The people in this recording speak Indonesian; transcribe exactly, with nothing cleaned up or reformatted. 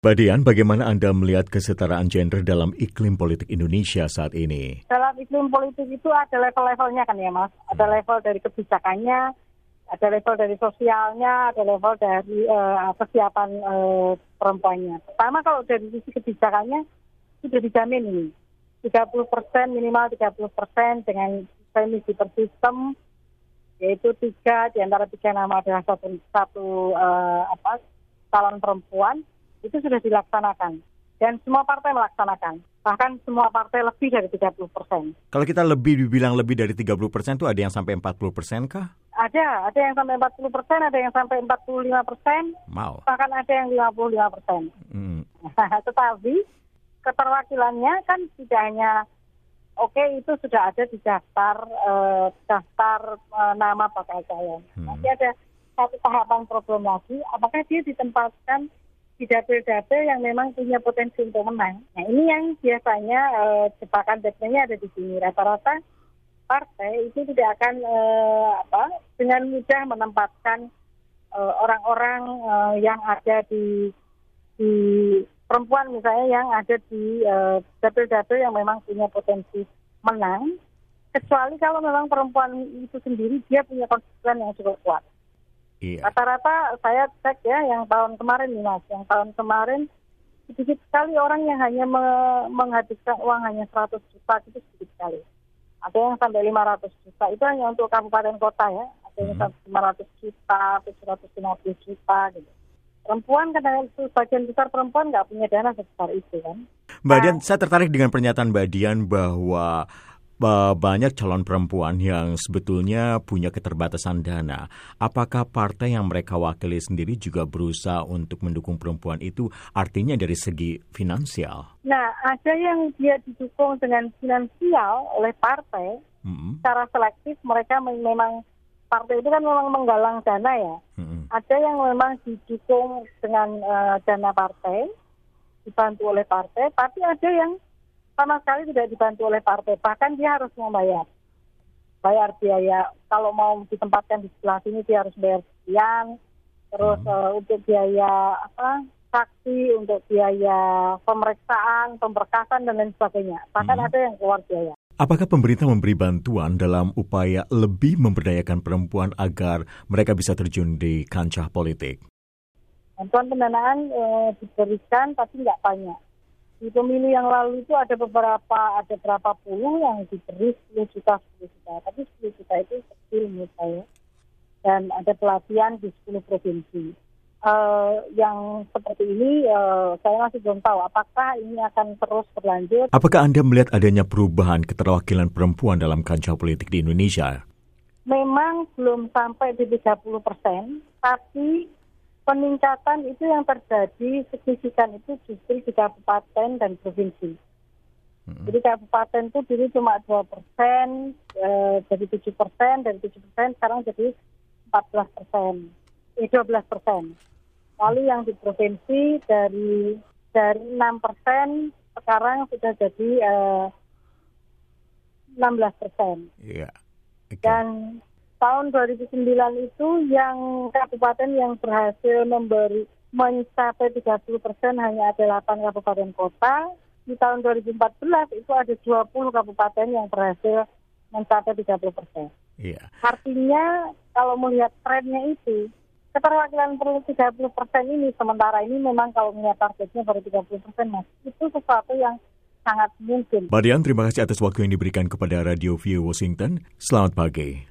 Mbak Dian, bagaimana Anda melihat kesetaraan gender dalam iklim politik Indonesia saat ini? Dalam iklim politik itu ada level-levelnya kan ya Mas. Ada level dari kebijakannya, ada level dari sosialnya, ada level dari uh, persiapan uh, perempuannya. Pertama kalau dari sisi kebijakannya, sudah dijamin ini. tiga puluh persen, minimal tiga puluh persen dengan remisi per sistem, yaitu tiga, di antara tiga nama adalah satu, satu uh, apa, calon perempuan. Itu sudah dilaksanakan. Dan semua partai melaksanakan. Bahkan semua partai lebih dari tiga puluh persen. Kalau kita lebih dibilang lebih dari tiga puluh persen itu ada yang sampai empat puluh persen kah? Ada, ada yang sampai empat puluh persen, ada yang sampai empat puluh lima persen. Mau. Bahkan ada yang lima puluh lima persen. Hmm. Tetapi keterwakilannya kan tidak hanya, oke okay, itu sudah ada di daftar, eh, daftar eh, nama bakal calon. Hmm. Nanti ada satu tahapan problem lagi, apakah dia ditempatkan di dapil-dapil yang memang punya potensi untuk menang. Nah ini yang biasanya uh, jebakan dapilnya ada di sini. Rata-rata partai itu tidak akan uh, apa dengan mudah menempatkan uh, orang-orang uh, yang ada di, di perempuan misalnya yang ada di uh, dapil-dapil yang memang punya potensi menang. Kecuali kalau memang perempuan itu sendiri dia punya konstituen yang cukup kuat. Iya. Rata-rata saya cek ya yang tahun kemarin nih Mas, yang tahun kemarin sedikit sekali orang yang hanya me- menghabiskan uang hanya seratus juta, itu sedikit sekali. Ada yang sampai lima ratus juta, itu hanya untuk kabupaten kota ya. Ada yang sampai lima ratus juta, tujuh ratus lima puluh juta gitu. Perempuan kadang sebagian besar perempuan nggak punya dana sebesar itu kan. Mbak Dian, nah, saya tertarik dengan pernyataan Mbak Dian bahwa banyak calon perempuan yang sebetulnya punya keterbatasan dana. Apakah partai yang mereka wakili sendiri juga berusaha untuk mendukung perempuan itu, artinya dari segi finansial? Nah, ada yang dia didukung dengan finansial oleh partai. Mm-hmm. Secara selektif mereka memang, partai itu kan memang menggalang dana ya. Mm-hmm. Ada yang memang didukung dengan uh, dana partai, dibantu oleh partai, tapi ada yang sama sekali tidak dibantu oleh partai, bahkan dia harus membayar bayar biaya, kalau mau ditempatkan di sebelah sini dia harus bayar sekian, terus hmm. uh, untuk biaya apa saksi, untuk biaya pemeriksaan, pemberkasan dan lain sebagainya, bahkan hmm. ada yang keluar biaya. Apakah pemerintah memberi bantuan dalam upaya lebih memberdayakan perempuan agar mereka bisa terjun di kancah politik? Bantuan pendanaan uh, diberikan tapi nggak banyak. Di pemilu yang lalu itu ada beberapa, ada berapa puluh yang diberi sepuluh juta, sepuluh juta. Tapi sepuluh juta itu kecil menurut saya. Dan ada pelatihan di sepuluh provinsi. Uh, yang seperti ini uh, saya masih belum tahu apakah ini akan terus berlanjut. Apakah Anda melihat adanya perubahan keterwakilan perempuan dalam kancah politik di Indonesia? Memang belum sampai di tiga puluh persen, tapi peningkatan itu yang terjadi signifikan itu justru di kabupaten dan provinsi. Hmm. Jadi kabupaten itu dulu cuma dua persen, e, jadi tujuh persen, dari tujuh persen sekarang jadi empat belas persen, eh, dua belas persen. Lalu yang di provinsi dari dari enam persen sekarang sudah jadi e, enam belas persen. Yeah. Okay. Dan tahun dua ribu sembilan itu yang kabupaten yang berhasil memberi mencapai tiga puluh persen hanya ada delapan kabupaten kota. Di tahun dua ribu empat belas itu ada dua puluh kabupaten yang berhasil mencapai tiga puluh persen. Yeah. Artinya kalau melihat trennya itu, keterwakilan perlu tiga puluh persen ini, sementara ini memang kalau melihat targetnya baru tiga puluh persen, Mas, itu sesuatu yang sangat mungkin. Mbak Dian, terima kasih atas waktu yang diberikan kepada Radio V O Washington. Selamat pagi.